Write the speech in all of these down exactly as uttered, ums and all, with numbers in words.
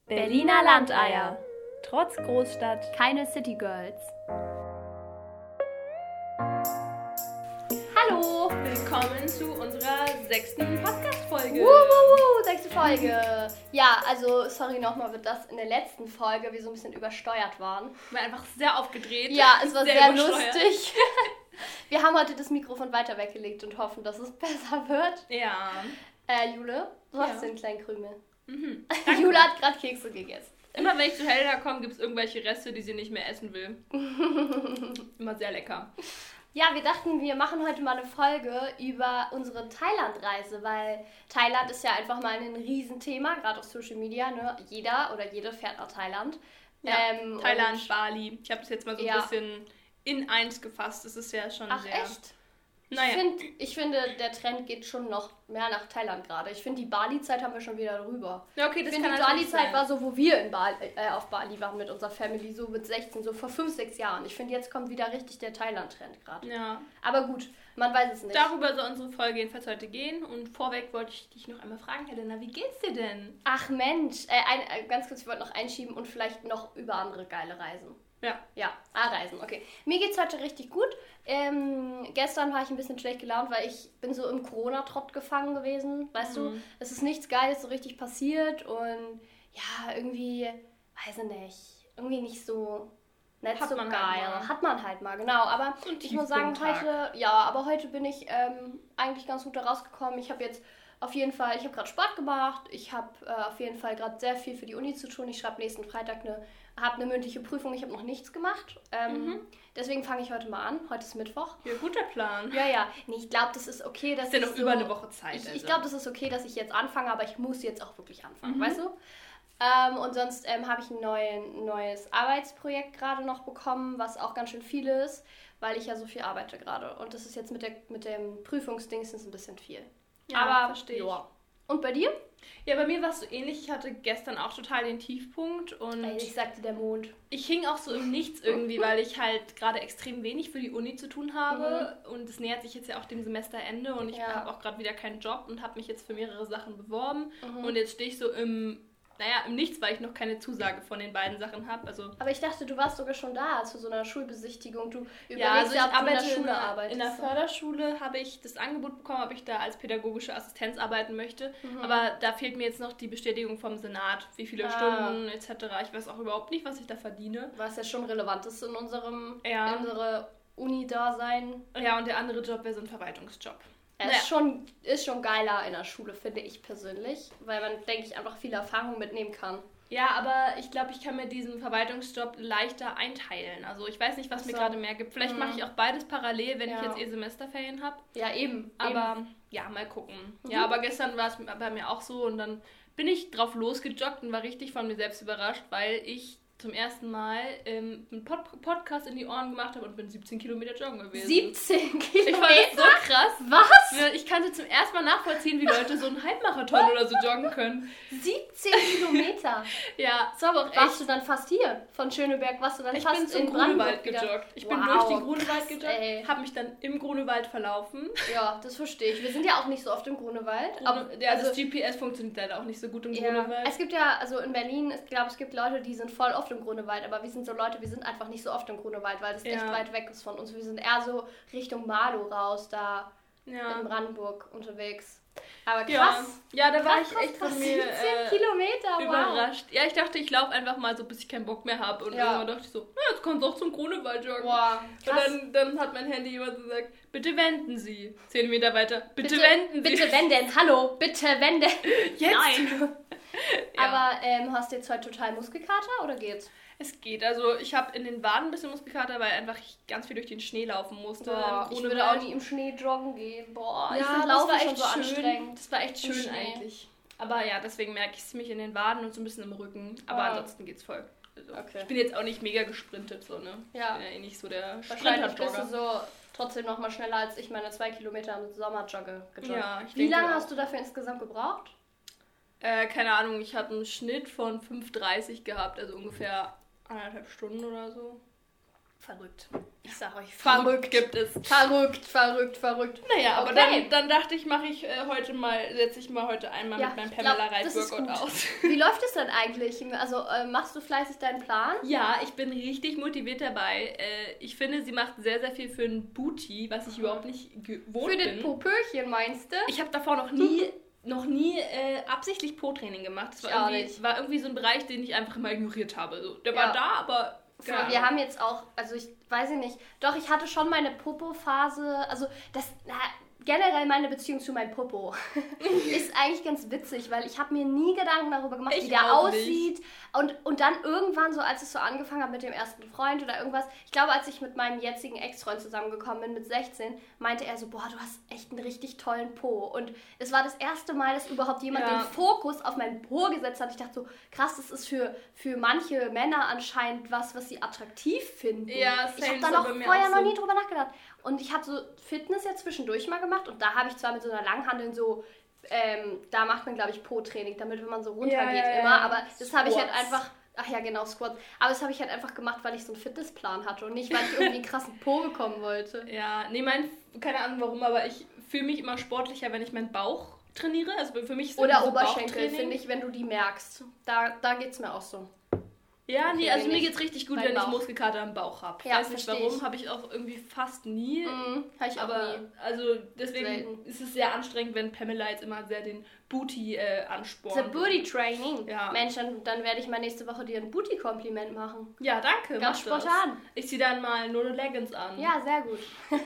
Berliner Landeier. Trotz Großstadt. Keine City Girls. Hallo. Willkommen zu unserer sechsten Podcast-Folge. Wuhu, sechste Folge. Ja, also sorry nochmal, wird das in der letzten Folge wir so ein bisschen übersteuert waren. Wir waren einfach sehr aufgedreht. Ja, es war sehr, sehr lustig. Wir haben heute das Mikrofon weiter weggelegt und hoffen, dass es besser wird. Ja. Äh, Jule, du ja. hast den kleinen Krümel. Mhm. Jule hat gerade Kekse gegessen. Immer wenn ich zu Helga komme, gibt es irgendwelche Reste, die sie nicht mehr essen will. Immer sehr lecker. Ja, wir dachten, wir machen heute mal eine Folge über unsere Thailand-Reise, weil Thailand ist ja einfach mal ein Riesenthema, gerade auf Social Media, ne? Jeder oder jede fährt nach Thailand. Ja, ähm, Thailand, Bali. Ich habe das jetzt mal so ein ja. bisschen in eins gefasst. Das ist ja schon Ach, sehr... echt? Naja. Ich, find, ich finde, der Trend geht schon noch mehr nach Thailand gerade. Ich finde, die Bali-Zeit haben wir schon wieder drüber. Ja, okay, das ich finde, kann die natürlich Bali-Zeit sein. war so, wo wir in Bali, äh, auf Bali waren mit unserer Family, so mit sechzehn, so vor fünf, sechs Jahren. Ich finde, jetzt kommt wieder richtig der Thailand-Trend gerade. Ja. Aber gut, man weiß es nicht. Darüber soll unsere Folge jedenfalls heute gehen. Und vorweg wollte ich dich noch einmal fragen, Helena, wie geht's dir denn? Ach Mensch, äh, ein, äh, ganz kurz, ich wollte noch einschieben und vielleicht noch über andere geile Reisen. Ja. Ja, A-Reisen, okay. Mir geht's heute richtig gut. Ähm, gestern war ich ein bisschen schlecht gelaunt, weil ich bin so im Corona-Trott gefangen gewesen. Weißt Mhm. du, es ist nichts Geiles so richtig passiert und ja, irgendwie, weiß ich nicht, irgendwie nicht so nicht Hat so man geil. halt mal. Hat man halt mal, genau. Aber So ein ich muss sagen, Tiefpunkttag. heute, ja, aber heute bin ich ähm, eigentlich ganz gut da rausgekommen. Ich habe jetzt auf jeden Fall, ich habe gerade Sport gemacht. Ich habe äh, auf jeden Fall gerade sehr viel für die Uni zu tun. Ich schreibe nächsten Freitag eine, habe eine mündliche Prüfung. Ich habe noch nichts gemacht. Ähm, Mhm. Deswegen fange ich heute mal an. Heute ist Mittwoch. Ja, guter Plan. Ja, ja. Nee, ich glaube, das ist okay, dass Ist ja ich noch so, über eine Woche Zeit. Ich, also. ich glaube, das ist okay, dass ich jetzt anfange, aber ich muss jetzt auch wirklich anfangen, Mhm. weißt du? Ähm, und sonst ähm, habe ich ein neuen, neues Arbeitsprojekt gerade noch bekommen, was auch ganz schön viel ist, weil ich ja so viel arbeite gerade. Und das ist jetzt mit, der, mit dem Prüfungsdings ein bisschen viel. Ja, aber verstehe ich. ja. Und bei dir? Ja, bei mir war es so ähnlich. Ich hatte gestern auch total den Tiefpunkt und Ey, ich sagte der Mond. ich hing auch so im Nichts irgendwie, weil ich halt gerade extrem wenig für die Uni zu tun habe und es nähert sich jetzt ja auch dem Semesterende und ich Ja. habe auch gerade wieder keinen Job und habe mich jetzt für mehrere Sachen beworben Mhm. und jetzt stehe ich so im, naja, im Nichts, weil ich noch keine Zusage von den beiden Sachen habe. Also Aber ich dachte, du warst sogar schon da zu so einer Schulbesichtigung. Du überlegst ja, also ich ja, ob du in der arbeite in Schule der, arbeitest. in der Förderschule, habe ich das Angebot bekommen, ob ich da als pädagogische Assistenz arbeiten möchte. Mhm. Aber da fehlt mir jetzt noch die Bestätigung vom Senat, wie viele Ah. Stunden et cetera. Ich weiß auch überhaupt nicht, was ich da verdiene. Was ja schon relevant ist in unserem Ja. in unserer Uni-Dasein. Ja, und der andere Job wäre so ein Verwaltungsjob. Er Naja. ist, schon, ist schon geiler in der Schule, finde ich persönlich, weil man, denke ich, einfach viel Erfahrung mitnehmen kann. Ja, aber ich glaube, ich kann mir diesen Verwaltungsjob leichter einteilen. Also ich weiß nicht, was Ach mir so. gerade mehr gibt. Vielleicht Mhm. mache ich auch beides parallel, wenn Ja. ich jetzt eh Semesterferien habe. Ja, eben. Aber eben. ja, mal gucken. Mhm. Ja, aber gestern war es bei mir auch so und dann bin ich drauf losgejoggt und war richtig von mir selbst überrascht, weil ich zum ersten Mal ähm, einen Pod- Podcast in die Ohren gemacht habe und bin siebzehn Kilometer joggen gewesen. siebzehn Ich Kilometer? fand das so krass. Was? Ich kannte zum ersten Mal nachvollziehen, wie Leute so einen Halbmarathon oder so joggen können. siebzehn Kilometer? Ja, es war aber auch Warst echt. du dann fast hier? Von Schöneberg warst du dann Ich fast bin zum in Grunewald Brandenburg wieder? gejoggt. Ich bin Wow, durch den Grunewald krass, gejoggt, ey. habe mich dann im Grunewald verlaufen. Ja, das verstehe ich. Wir sind ja auch nicht so oft im Grunewald. Aber Ob- ja, also, das G P S funktioniert leider auch nicht so gut im ja. Grunewald. Es gibt ja, also in Berlin, ich glaube, es gibt Leute, die sind voll oft im Grunewald, aber wir sind so Leute, wir sind einfach nicht so oft im Grunewald, weil das Ja. echt weit weg ist von uns. Wir sind eher so Richtung Malo raus, da Ja. in Brandenburg unterwegs. Aber Ja. krass. ja, da war Krass, ich krass, echt von krass. mir siebzehn äh, Kilometer, wow. überrascht. Ja, ich dachte, ich laufe einfach mal so, bis ich keinen Bock mehr habe. Und Ja. irgendwann dachte ich so, na, jetzt kannst du auch zum Grunewald joggen. Wow, Und krass. dann, dann hat mein Handy jemand gesagt, bitte wenden Sie. Zehn Meter weiter, bitte, bitte wenden Sie. Bitte wenden, hallo, bitte wenden. Jetzt? Nein. Ja. Aber ähm, hast du jetzt heute total Muskelkater oder geht's? Es geht. Also ich habe in den Waden ein bisschen Muskelkater, weil einfach ich ganz viel durch den Schnee laufen musste. Boah, im ich würde Grunewald. auch nie im Schnee joggen gehen. Boah, ich Ja, finde das Laufen war schon echt so schön. anstrengend. Das war echt Im schön Schnee. eigentlich. Aber ja, deswegen merke ich es ziemlich in den Waden und so ein bisschen im Rücken. Aber Ah. ansonsten geht's voll. Also, Okay. Ich bin jetzt auch nicht mega gesprintet, so, ne? Ja. Ich bin ja eh nicht so der Wahrscheinlich bist du Sprinter-Jogger. so trotzdem noch mal schneller als ich meine zwei Kilometer im Sommer jogge, gejoggt. Ja, ich Wie denke lange auch. hast du dafür insgesamt gebraucht? Äh, keine Ahnung, ich habe einen Schnitt von fünf dreißig gehabt, also ungefähr anderthalb Stunden oder so. Verrückt. Ich sag euch, verrückt gibt es. Verrückt, verrückt, verrückt. Naja, aber okay. dann, dann dachte ich, mache ich äh, heute mal, setze ich mal heute einmal ja, mit meinem Pamela Reif Workout aus. Wie läuft es denn eigentlich? Also äh, machst du fleißig deinen Plan? Ja, ich bin richtig motiviert dabei. Äh, ich finde, sie macht sehr, sehr viel für ein Booty, was ich mhm. überhaupt nicht gewohnt für bin. Für den Popöchen, meinst du? Ich habe davor noch nie... noch nie äh, absichtlich Po-Training gemacht. Das war irgendwie, war irgendwie so ein Bereich, den ich einfach immer ignoriert habe. So, der ja. war da, aber... So, wir haben jetzt auch, also ich weiß nicht, doch, ich hatte schon meine Popo-Phase, also das, na, generell meine Beziehung zu meinem Popo ist eigentlich ganz witzig, weil ich habe mir nie Gedanken darüber gemacht, ich wie der aussieht. Und, und dann irgendwann, so als es so angefangen hat mit dem ersten Freund oder irgendwas, ich glaube, als ich mit meinem jetzigen Ex-Freund zusammengekommen bin, mit sechzehn, meinte er so, boah, du hast echt einen richtig tollen Po. Und es war das erste Mal, dass überhaupt jemand ja. den Fokus auf meinen Po gesetzt hat. Ich dachte so, krass, das ist für, für manche Männer anscheinend was, was sie attraktiv finden. Ja, ich habe da noch vorher noch nie drüber nachgedacht. Und ich habe so Fitness ja zwischendurch mal gemacht und da habe ich zwar mit so einer Langhanteln so, ähm, da macht man, glaube ich, Po-Training, damit, wenn man so runtergeht ja, ja, immer, aber das habe ich halt einfach, ach ja, genau, Squats, aber das habe ich halt einfach gemacht, weil ich so einen Fitnessplan hatte und nicht, weil ich irgendwie einen krassen Po bekommen wollte. Ja, nee, mein, keine Ahnung warum, aber ich fühle mich immer sportlicher, wenn ich meinen Bauch trainiere, also für mich ist oder so Oberschenkel, finde ich, wenn du die merkst, da, da geht's mir auch so. Ja, nee, also mir geht's richtig gut, wenn Bauch. ich Muskelkater im Bauch habe. Ich ja, weiß nicht warum, habe ich auch irgendwie fast nie. Mhm, habe ich aber auch nie. Also deswegen Selten. Ist es sehr anstrengend, wenn Pamela jetzt immer sehr den Booty äh, anspornt. The Booty Training. Ja. Mensch, dann, dann werde ich mal nächste Woche dir ein Booty-Kompliment machen. Ja, danke. Ganz spontan. Ich ziehe dann mal nur eine Leggings an. Ja, sehr gut.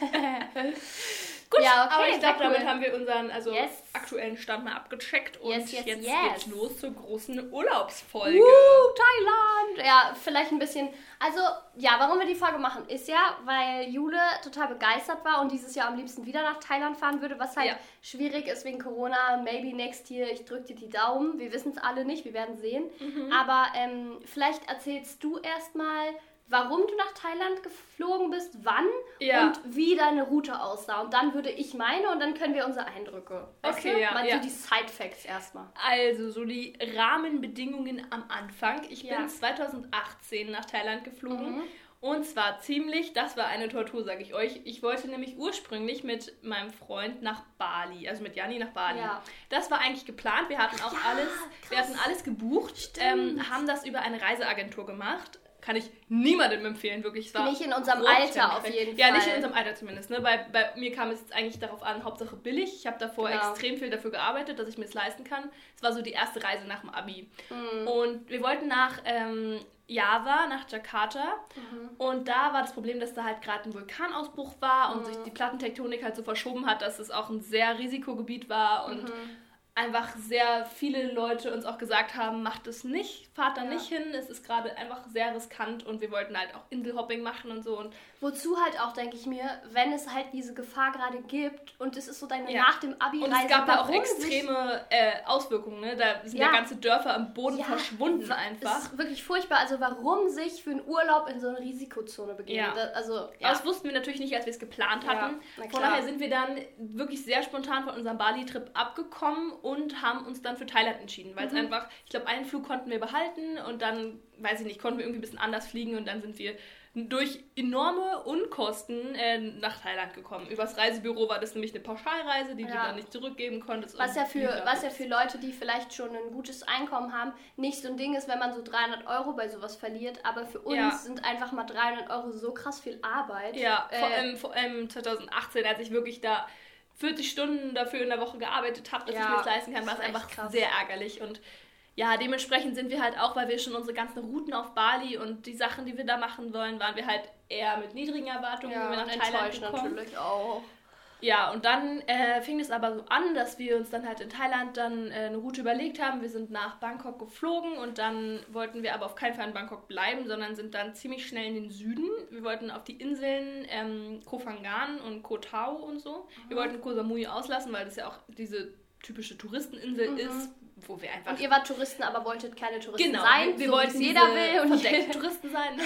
Gut, ja, okay, aber ich glaube, cool. damit haben wir unseren also yes. aktuellen Stand mal abgecheckt und yes, yes, jetzt yes. geht's los zur großen Urlaubsfolge. Uh, Thailand! Ja, vielleicht ein bisschen, also ja, warum wir die Folge machen, ist ja, weil Jule total begeistert war und dieses Jahr am liebsten wieder nach Thailand fahren würde, was halt ja. schwierig ist wegen Corona, maybe next year, ich drücke dir die Daumen, wir wissen es alle nicht, wir werden sehen, mhm. aber ähm, vielleicht erzählst du erstmal, warum du nach Thailand geflogen bist, wann ja. und wie deine Route aussah. Und dann würde ich meine und dann können wir unsere Eindrücke. Weißt okay, du? ja. Mal ja. so die Side-Facts erstmal. Also, so die Rahmenbedingungen am Anfang. Ich ja. bin zweitausendachtzehn nach Thailand geflogen. Mhm. Und zwar ziemlich, das war eine Tortur, sage ich euch. Ich wollte nämlich ursprünglich mit meinem Freund nach Bali, also mit Janni nach Bali. Ja. Das war eigentlich geplant. Wir hatten auch ja, alles, krass. wir hatten alles gebucht, ähm, haben das über eine Reiseagentur gemacht. Kann ich niemandem empfehlen, wirklich. Es war nicht in unserem Alter auf jeden ja, Fall. Ja, nicht in unserem Alter zumindest. Ne? Bei, bei mir kam es jetzt eigentlich darauf an, Hauptsache billig. Ich habe davor genau. extrem viel dafür gearbeitet, dass ich mir es leisten kann. Es war so die erste Reise nach dem Abi. Mhm. Und wir wollten nach ähm, Java, nach Jakarta. Mhm. Und da war das Problem, dass da halt gerade ein Vulkanausbruch war und mhm. sich die Plattentektonik halt so verschoben hat, dass es auch ein sehr Risikogebiet war und mhm. einfach sehr viele Leute uns auch gesagt haben, macht es nicht, fahrt da ja. nicht hin, es ist gerade einfach sehr riskant und wir wollten halt auch Inselhopping machen und so. Und wozu halt auch, denke ich mir, wenn es halt diese Gefahr gerade gibt und es ist so deine ja. nach dem Abi-Reise. Und es gab ja auch extreme äh, Auswirkungen, ne? Da sind ja. ja ganze Dörfer am Boden ja. verschwunden einfach. Das ist wirklich furchtbar, also warum sich für einen Urlaub in so eine Risikozone begeben. Ja. Das, also, ja. Aber das wussten wir natürlich nicht, als wir es geplant hatten. Ja. Von daher sind wir dann wirklich sehr spontan von unserem Bali-Trip abgekommen und haben uns dann für Thailand entschieden, weil es mhm. einfach, ich glaube, einen Flug konnten wir behalten und dann, weiß ich nicht, konnten wir irgendwie ein bisschen anders fliegen und dann sind wir durch enorme Unkosten äh, nach Thailand gekommen. Übers Reisebüro war das nämlich eine Pauschalreise, die ja. du dann nicht zurückgeben konntest. Was ja, für, was ja für Leute, die vielleicht schon ein gutes Einkommen haben, nicht so ein Ding ist, wenn man so dreihundert Euro bei sowas verliert, aber für uns ja. sind einfach mal dreihundert Euro so krass viel Arbeit. Ja, äh, vor, allem, vor allem zweitausendachtzehn, als ich wirklich da vierzig Stunden dafür in der Woche gearbeitet habe, dass ja, ich mir das leisten kann, war es einfach krass. Sehr ärgerlich. Und ja, dementsprechend sind wir halt auch, weil wir schon unsere ganzen Routen auf Bali und die Sachen, die wir da machen wollen, waren wir halt eher mit niedrigen Erwartungen, ja, wenn wir nach Thailand gekommen. Natürlich auch. Ja, und dann äh, fing es aber so an, dass wir uns dann halt in Thailand dann äh, eine Route überlegt haben. Wir sind nach Bangkok geflogen und dann wollten wir aber auf keinen Fall in Bangkok bleiben, sondern sind dann ziemlich schnell in den Süden. Wir wollten auf die Inseln ähm, Koh Phangan und Koh Tao und so. Mhm. Wir wollten Koh Samui auslassen, weil das ja auch diese typische Touristeninsel mhm. ist, wo wir einfach... Und ihr wart Touristen, aber wolltet keine Touristen genau, sein, wir, wir so wollten jeder will und verdeckte Touristen sein.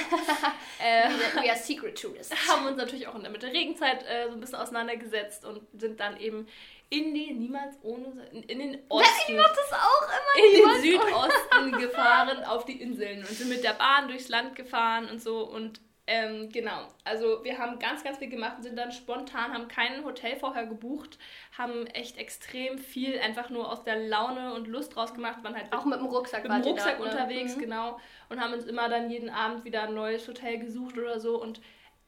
äh, we are secret tourists. Haben uns natürlich auch in der mit der Regenzeit äh, so ein bisschen auseinandergesetzt und sind dann eben in die, niemals ohne, in, in den Osten, ich mach das auch immer, in den Südosten gefahren auf die Inseln und sind mit der Bahn durchs Land gefahren und so und Ähm, genau, also wir haben ganz, ganz viel gemacht und sind dann spontan, haben kein Hotel vorher gebucht, haben echt extrem viel einfach nur aus der Laune und Lust rausgemacht. Waren halt auch mit dem Rucksack mit dem Rucksack da, ne? unterwegs, mhm. genau. Und haben uns immer dann jeden Abend wieder ein neues Hotel gesucht oder so und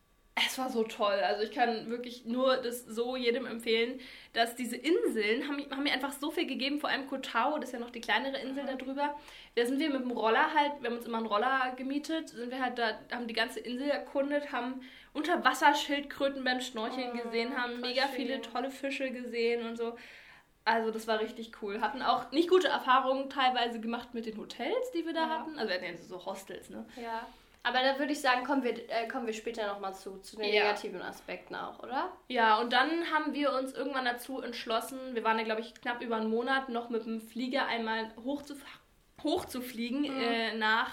es war so toll. Also ich kann wirklich nur das so jedem empfehlen, dass diese Inseln haben, haben mir einfach so viel gegeben, vor allem Koh Tao, das ist ja noch die kleinere Insel da drüber. Da sind wir mit dem Roller halt, wir haben uns immer einen Roller gemietet, sind wir halt da, haben die ganze Insel erkundet, haben Unterwasserschildkröten beim Schnorcheln oh, gesehen, haben mega schön. viele tolle Fische gesehen und so. Also das war richtig cool. Hatten auch nicht gute Erfahrungen teilweise gemacht mit den Hotels, die wir da ja. hatten. Also wir hatten ja so Hostels, ne? Ja. Aber da würde ich sagen, kommen wir, äh, kommen wir später nochmal zu, zu den ja. negativen Aspekten auch, oder? Ja, und dann haben wir uns irgendwann dazu entschlossen, wir waren ja, glaube ich, knapp über einen Monat noch mit dem Flieger einmal hochzuf- hochzufliegen mhm. äh, nach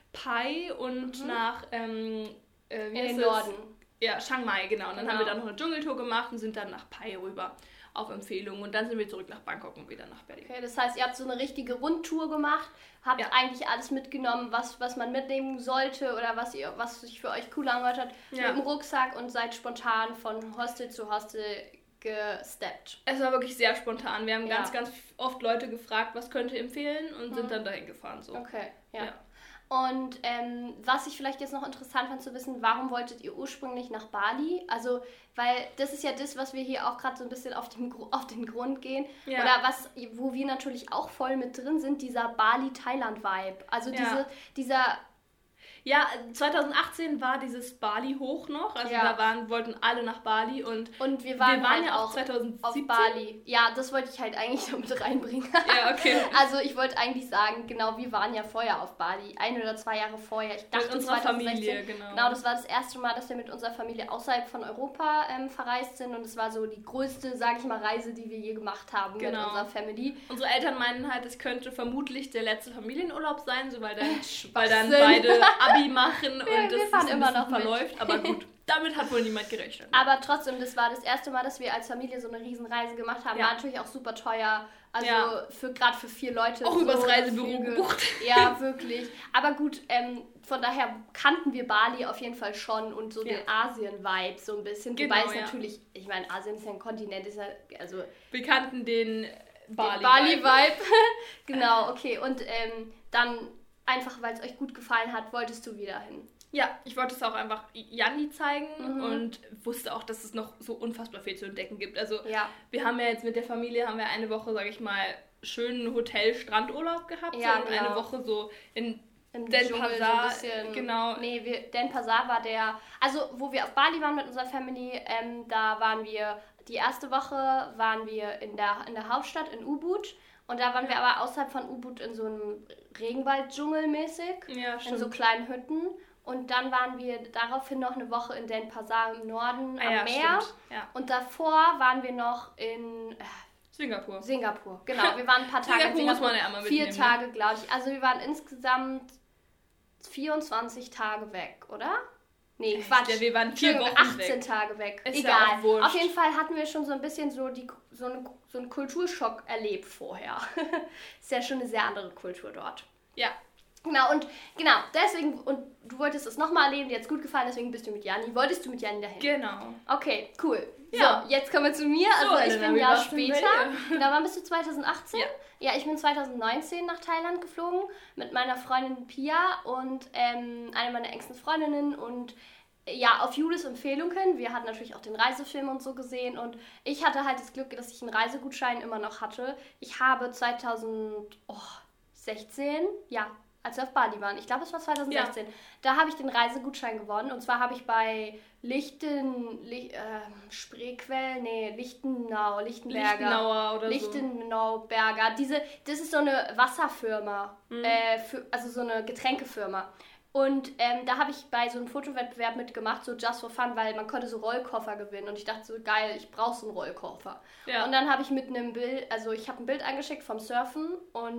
Pai und mhm. nach ähm, äh, wie in den es? Norden. Ja, Chiang Mai, genau. Und dann genau. haben wir dann noch eine Dschungeltour gemacht und sind dann nach Pai rüber. Auf Empfehlung. Und dann sind wir zurück nach Bangkok und wieder nach Berlin. Okay, das heißt, ihr habt so eine richtige Rundtour gemacht, habt ja. eigentlich alles mitgenommen, was, was man mitnehmen sollte oder was ihr, was sich für euch cool angehört hat, ja. mit dem Rucksack und seid spontan von Hostel zu Hostel gesteppt. Es war wirklich sehr spontan. Wir haben ja. ganz, ganz oft Leute gefragt, was könnt ihr empfehlen und mhm. sind dann dahin gefahren. So. Okay, ja. ja. Und ähm, was ich vielleicht jetzt noch interessant fand zu wissen, warum wolltet ihr ursprünglich nach Bali? Also, weil das ist ja das, was wir hier auch gerade so ein bisschen auf, dem, auf den Grund gehen. Ja. Oder was, wo wir natürlich auch voll mit drin sind, dieser Bali-Thailand-Vibe. Also ja. diese, dieser... Ja, zwanzig achtzehn war dieses Bali hoch noch, also ja. da waren, wollten alle nach Bali und, und wir waren, wir waren halt ja auch zwanzig siebzehn auf siebzehn Bali. Ja, das wollte ich halt eigentlich noch mit reinbringen. Ja, okay. Also ich wollte eigentlich sagen, genau, wir waren ja vorher auf Bali, ein oder zwei Jahre vorher. Ich dachte mit unserer zwanzig sechzehn, Familie, genau. Genau, das war das erste Mal, dass wir mit unserer Familie außerhalb von Europa ähm, verreist sind und es war so die größte, sage ich mal, Reise, die wir je gemacht haben genau. mit unserer Family. Unsere Eltern meinten halt, es könnte vermutlich der letzte Familienurlaub sein, so weil dann, weil dann beide Abi machen und wir, das wir fahren ist immer noch verläuft, mit. aber gut, damit hat wohl niemand gerechnet. Aber trotzdem, das war das erste Mal, dass wir als Familie so eine Riesenreise gemacht haben. Ja. War natürlich auch super teuer, also ja. für gerade für vier Leute. Auch so übers Reisebüro Flüge. gebucht. Ja, wirklich. Aber gut, ähm, von daher kannten wir Bali auf jeden Fall schon und so ja. den Asien-Vibe so ein bisschen. Genau, Wobei es ja. natürlich, ich meine, Asien ist ja ein Kontinent, ist ja, also... Wir kannten den Bali-Vibe. Bali-Vibe. Genau, okay. Und ähm, dann einfach, weil es euch gut gefallen hat, wolltest du wieder hin. Ja, ich wollte es auch einfach Janni zeigen mhm. und wusste auch, dass es noch so unfassbar viel zu entdecken gibt. Also ja. wir haben ja jetzt mit der Familie, haben wir eine Woche, sage ich mal, schönen Hotel-Strandurlaub gehabt. Ja, so, und genau. eine Woche so in Im Denpasar. So ein bisschen, genau. Nee, wir, Denpasar war der, also wo wir auf Bali waren mit unserer Family, ähm, da waren wir, die erste Woche waren wir in der, in der Hauptstadt in Ubud. Und da waren ja. wir aber außerhalb von Ubud in so einem Regenwald-Dschungel mäßig. Ja, stimmt. In so kleinen Hütten. Und dann waren wir daraufhin noch eine Woche in Denpasar im Norden ah, am ja, Meer. ja. Und davor waren wir noch in äh, Singapur. Singapur, genau. Wir waren ein paar Tage Singapur in Singapur. Muss man ja einmal Vier mitnehmen, Tage, ne? glaube ich. Also wir waren insgesamt vierundzwanzig Tage weg, oder? Nee, Echt? Quatsch. Ja, wir waren vier Wochen achtzehn weg. Tage weg. Ist Egal. ja auch wurscht. Auf jeden Fall hatten wir schon so ein bisschen so, die, so, eine, so einen Kulturschock erlebt vorher. Ist ja schon eine sehr andere Kultur dort. Ja. Genau, und genau, deswegen, und du wolltest es nochmal erleben, dir hat es gut gefallen, deswegen bist du mit Janni. Wolltest du mit Janni dahin? Genau. Okay, cool. Ja. So, jetzt kommen wir zu mir. So, Also ich Elena, bin ein wie Jahr war's denn bei später. dir? Genau, wann bist du? zwanzig achtzehn? Ja. Ja, ich bin zwanzig neunzehn nach Thailand geflogen mit meiner Freundin Pia und ähm, einer meiner engsten Freundinnen und ja, auf Julis Empfehlung hin. Wir hatten natürlich auch den Reisefilm und so gesehen und ich hatte halt das Glück, dass ich einen Reisegutschein immer noch hatte. Ich habe zwanzig sechzehn, ja, als wir auf Bali waren, ich glaube es war zwanzig sechzehn, ja. Da habe ich den Reisegutschein gewonnen und zwar habe ich bei Lichten, Licht, äh, Spreequell, nee, Lichtenau, Lichtenberger. Lichtenauer oder Lichtenauberger. Diese, das ist so eine Wasserfirma, mhm. äh, für, also so eine Getränkefirma. Und ähm, da habe ich bei so einem Fotowettbewerb mitgemacht, so just for fun, weil man konnte so Rollkoffer gewinnen. Und ich dachte so, geil, ich brauche so einen Rollkoffer. Ja. Und dann habe ich mit einem Bild, also ich habe ein Bild angeschickt vom Surfen und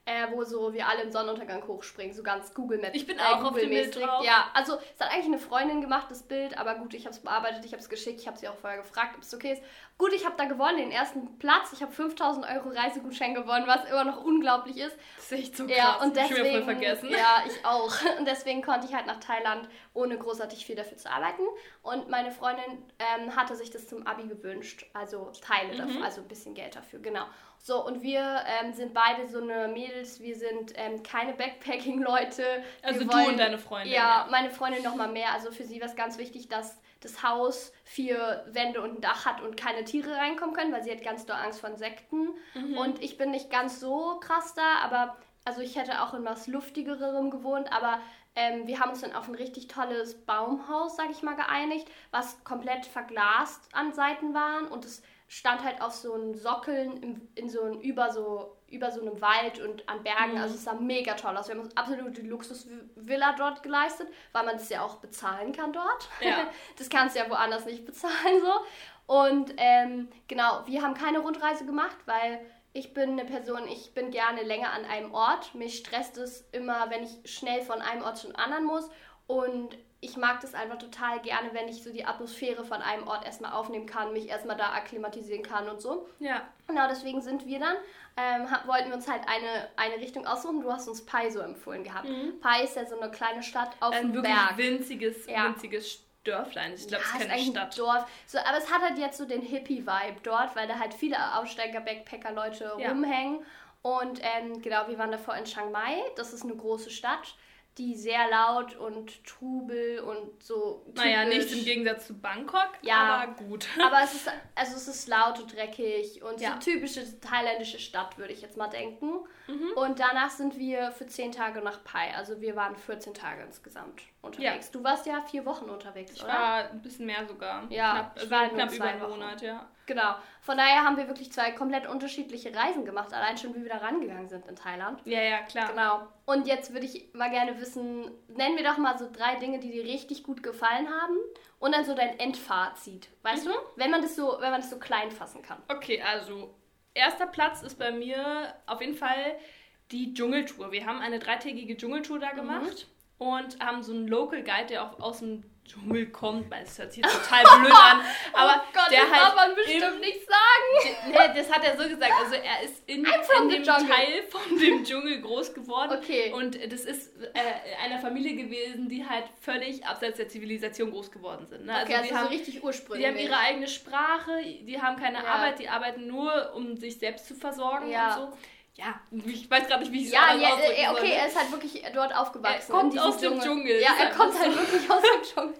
äh, wo so wir alle im Sonnenuntergang hochspringen, so ganz Google Maps. Ich bin auch auf dem Bild drauf. Ja, also es hat eigentlich eine Freundin gemacht, das Bild, aber gut, ich habe es bearbeitet, ich habe es geschickt, ich habe sie auch vorher gefragt, ob es okay ist. Gut, ich habe da gewonnen, den ersten Platz, ich habe fünftausend Euro Reisegutschein gewonnen, was immer noch unglaublich ist. Das ist echt so krass, ja, und deswegen, ich schon wieder voll vergessen. Ja, ich auch. Und deswegen konnte ich halt nach Thailand, ohne großartig viel dafür zu arbeiten. Und meine Freundin ähm, hatte sich das zum Abi gewünscht, also Teile mhm. davon, also ein bisschen Geld dafür, genau. So, und wir ähm, sind beide so eine Mädels, wir sind ähm, keine Backpacking-Leute. Also wir du wollen, und deine Freundin. Ja, ja, meine Freundin noch mal mehr. Also für sie war es ganz wichtig, dass das Haus vier Wände und ein Dach hat und keine Tiere reinkommen können, weil sie hat ganz doll Angst vor Insekten. Mhm. Und ich bin nicht ganz so krass da, aber also ich hätte auch in was Luftigerem gewohnt, aber ähm, wir haben uns dann auf ein richtig tolles Baumhaus, sag ich mal, geeinigt, was komplett verglast an Seiten waren und es stand halt auf so einen Sockeln in, in so ein, über so über so einem Wald und an Bergen, mhm. also es sah mega toll aus. Wir haben uns absolut die Luxusvilla dort geleistet, weil man das ja auch bezahlen kann dort. Ja. Das kannst du ja woanders nicht bezahlen so. Und ähm, genau, wir haben keine Rundreise gemacht, weil ich bin eine Person, ich bin gerne länger an einem Ort. Mich stresst es immer, wenn ich schnell von einem Ort zum anderen muss und ich mag das einfach total gerne, wenn ich so die Atmosphäre von einem Ort erstmal aufnehmen kann, mich erstmal da akklimatisieren kann und so. Ja. Genau, deswegen sind wir dann, ähm, wollten wir uns halt eine, eine Richtung aussuchen. Du hast uns Pai so empfohlen gehabt. Mhm. Pai ist ja so eine kleine Stadt auf Ein dem wirklich Berg. winziges, ja. winziges Dörflein. Ich glaube, ja, es ist keine ist Stadt. Ein Dorf. So, aber es hat halt jetzt so den Hippie-Vibe dort, weil da halt viele Aussteiger, Backpacker-Leute ja. rumhängen. Und ähm, genau, wir waren davor in Chiang Mai. Das ist eine große Stadt, die sehr laut und Trubel und so typisch. Naja, nichts im Gegensatz zu Bangkok, ja, aber gut. Aber es ist, also es ist laut und dreckig und ja. so typische thailändische Stadt, würde ich jetzt mal denken. Mhm. Und danach sind wir für zehn Tage nach Pai, also wir waren vierzehn Tage insgesamt unterwegs. Ja. Du warst ja vier Wochen unterwegs, ich oder? Ich war ein bisschen mehr sogar. Ja, knapp, ich also war knapp nur über einen Wochen. Monat, ja. Genau. Von daher haben wir wirklich zwei komplett unterschiedliche Reisen gemacht, allein schon, wie wir da rangegangen sind in Thailand. Ja, ja, klar. Genau. Und jetzt würde ich mal gerne wissen, nennen wir doch mal so drei Dinge, die dir richtig gut gefallen haben und dann so dein Endfazit, weißt mhm. du? Wenn man das so, wenn man das so klein fassen kann. Okay, also erster Platz ist bei mir auf jeden Fall die Dschungeltour. Wir haben eine dreitägige Dschungeltour da gemacht mhm. und haben so einen Local Guide, der auch aus dem Dschungel kommt, weil es hört sich jetzt total blöd an, aber oh Gott, der das halt darf man bestimmt im, nicht sagen. Nee, das hat er so gesagt, also er ist in, in dem Jungle. Teil von dem Dschungel groß geworden okay. und das ist äh, einer Familie gewesen, die halt völlig abseits der Zivilisation groß geworden sind. Ne? Also, okay, also die so haben, richtig ursprünglich. Die haben ihre eigene Sprache, die haben keine ja. Arbeit, die arbeiten nur, um sich selbst zu versorgen ja. und so. Ja, ich weiß gerade nicht, wie ich es ja, anders ja, ausdrücken ja, okay, soll. er ist halt wirklich dort aufgewachsen. Er kommt in aus dem Dschungel. Dschungel. Ja, er kommt halt wirklich aus dem Dschungel.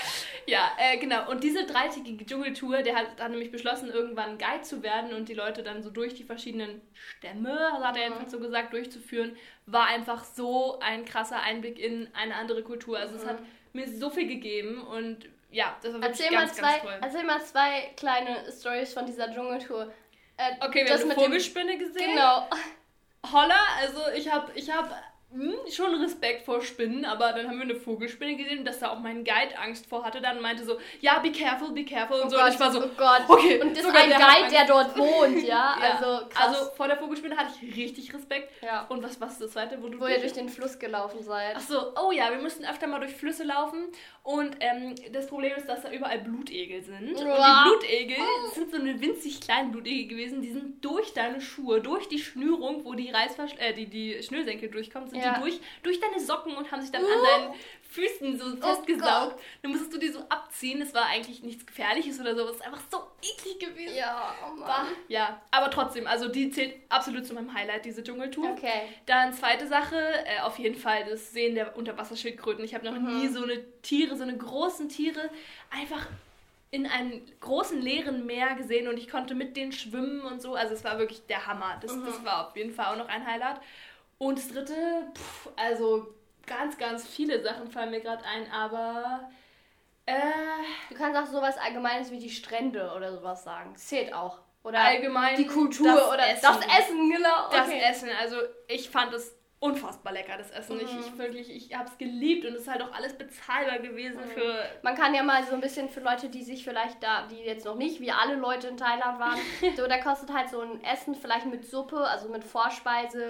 Ja, äh, genau. Und diese dreitägige Dschungeltour, der hat dann nämlich beschlossen, irgendwann Guide zu werden und die Leute dann so durch die verschiedenen Stämme, hat er jedenfalls so gesagt, durchzuführen, war einfach so ein krasser Einblick in eine andere Kultur. Also mhm. es hat mir so viel gegeben und ja, das war wirklich erzähl ganz, mal zwei, ganz toll. Erzähl mal zwei kleine Storys von dieser Dschungeltour. Äh, okay, wir haben eine Vogelspinne gesehen. Genau. Holla, also ich habe ich hab, hm, schon Respekt vor Spinnen, aber dann haben wir eine Vogelspinne gesehen, dass da auch mein Guide Angst vor hatte, dann meinte so, ja, be careful, be careful und oh so. Gott, und ich war so, oh Gott. Okay. Und das ist ein der Guide, der dort wohnt, ja? ja. Also krass. Also vor der Vogelspinne hatte ich richtig Respekt. Ja. Und was, was ist das zweite, wo du Wo ihr durch den Fluss gelaufen seid. Ach so, oh ja, wir mussten öfter mal durch Flüsse laufen und ähm, das Problem ist, dass da überall Blutegel sind. Wow. Und die Blutegel, das sind so eine winzig kleinen Blutegel gewesen, die sind durch deine Schuhe, durch die Schnürung, wo die Reißversch äh, die, die Schnürsenkel durchkommen, sind ja. die durch, durch deine Socken und haben sich dann uh. an deinen Füßen so festgesaugt. Oh dann musstest du die so abziehen. Das war eigentlich nichts Gefährliches oder so. Es ist einfach so eklig gewesen. Ja, oh Mann. Bah, ja, aber trotzdem, also die zählt absolut zu meinem Highlight, diese Dschungeltour. Okay. Dann zweite Sache, äh, auf jeden Fall das Sehen der Unterwasserschildkröten. Ich habe noch mhm. nie so eine Tiere, so eine großen Tiere einfach in einem großen leeren Meer gesehen und ich konnte mit denen schwimmen und so. Also es war wirklich der Hammer. Das, mhm. das war auf jeden Fall auch noch ein Highlight. Und das dritte, pff, also ganz, ganz viele Sachen fallen mir gerade ein, aber äh, du kannst auch sowas Allgemeines wie die Strände oder sowas sagen. Das zählt auch. Oder allgemein die Kultur das oder Essen. das Essen, genau. Das okay. Essen, also ich fand es unfassbar lecker, das Essen. Mhm. Ich, ich wirklich, ich habe es geliebt und es ist halt auch alles bezahlbar gewesen mhm. für... Man kann ja mal so ein bisschen für Leute, die sich vielleicht da, die jetzt noch nicht, wie alle Leute in Thailand waren, so, da kostet halt so ein Essen vielleicht mit Suppe, also mit Vorspeise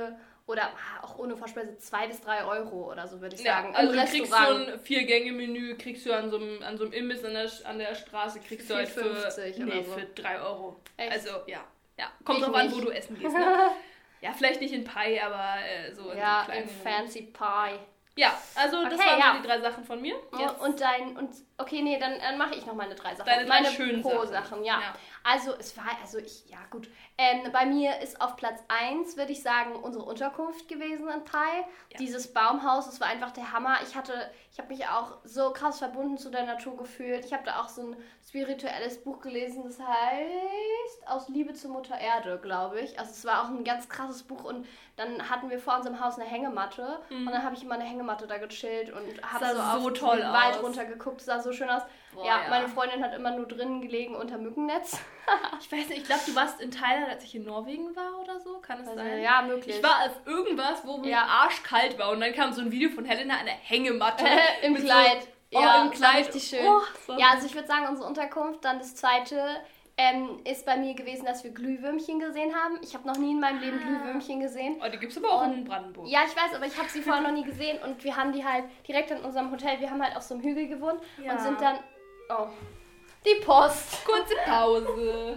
oder auch ohne Vorspeise zwei bis drei Euro oder so, würde ich Ja, sagen. also Im du kriegst so Restaurant. ein Vier-Gänge-Menü, kriegst du an so einem, an so einem Imbiss an der, an der Straße, kriegst du halt für, vier fünfzig nee, oder so. für drei Euro. Echt? Also, ja. ja. Kommt Ich drauf an, nicht. wo du essen gehst, ne? Ja, vielleicht nicht in Pie, aber äh, so in Ja, so kleinen... in Fancy Pie. Ja, also das Okay, waren ja. so die drei Sachen von mir. Jetzt Und dein, und okay, nee, dann, dann mache ich noch meine drei Sachen. Deine drei meine schönen Pro-Sachen, ja. Ja. Also es war, also ich, ja gut. Ähm, bei mir ist auf Platz eins, würde ich sagen, unsere Unterkunft gewesen in Pai. Ja. Dieses Baumhaus, das war einfach der Hammer. Ich hatte, ich habe mich auch so krass verbunden zu der Natur gefühlt. Ich habe da auch so ein spirituelles Buch gelesen, das heißt Aus Liebe zur Mutter Erde, glaube ich. Also es war auch ein ganz krasses Buch und dann hatten wir vor unserem Haus eine Hängematte Mhm. und dann habe ich immer eine Hängematte da gechillt und habe Sah so auf so toll den Wald aus. runtergeguckt. Es sah so schön aus. Boah, ja, ja. meine Freundin hat immer nur drinnen gelegen unter Mückennetz. Ich weiß nicht, ich glaube, du warst in Thailand, als ich in Norwegen war oder so, kann es Also, sein? ja, möglich. Ich war auf irgendwas, wo mir Ja. arschkalt war und dann kam so ein Video von Helena an der Hängematte. Äh, Im mit Kleid. So, oh, ja, im Kleid. Richtig schön. Oh, das war Ja, also ich würde sagen, unsere Unterkunft. Dann das zweite ähm, ist bei mir gewesen, dass wir Glühwürmchen gesehen haben. Ich habe noch nie in meinem Leben Ah. Glühwürmchen gesehen. Oh, die gibt es aber auch Und- in Brandenburg. Ja, ich weiß, aber ich habe sie vorher noch nie gesehen und wir haben die halt direkt an unserem Hotel, wir haben halt auf so einem Hügel gewohnt Ja. und sind dann, oh, die Post. Kurze Pause.